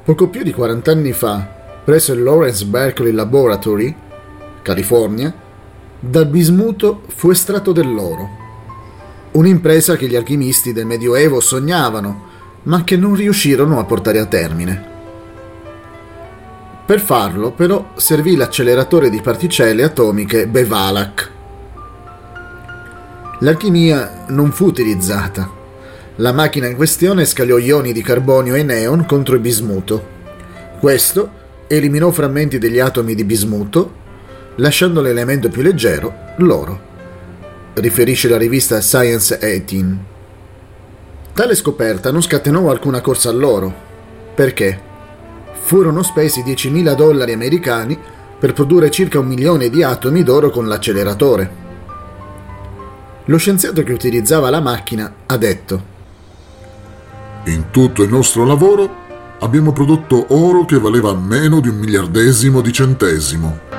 Poco più di 40 anni fa, presso il Lawrence Berkeley Laboratory, California, dal bismuto fu estratto dell'oro. Un'impresa che gli alchimisti del Medioevo sognavano, ma che non riuscirono a portare a termine. Per farlo, però, servì l'acceleratore di particelle atomiche Bevalak. L'alchimia non fu utilizzata. La macchina in questione scaliò ioni di carbonio e neon contro il bismuto. Questo eliminò frammenti degli atomi di bismuto, lasciando l'elemento più leggero, l'oro, riferisce la rivista Science 18. Tale scoperta non scatenò alcuna corsa all'oro. Perché? Furono spesi $10.000 americani per produrre circa 1 milione di atomi d'oro con l'acceleratore. Lo scienziato che utilizzava la macchina ha detto: in tutto il nostro lavoro abbiamo prodotto oro che valeva meno di 1/1000 di centesimo.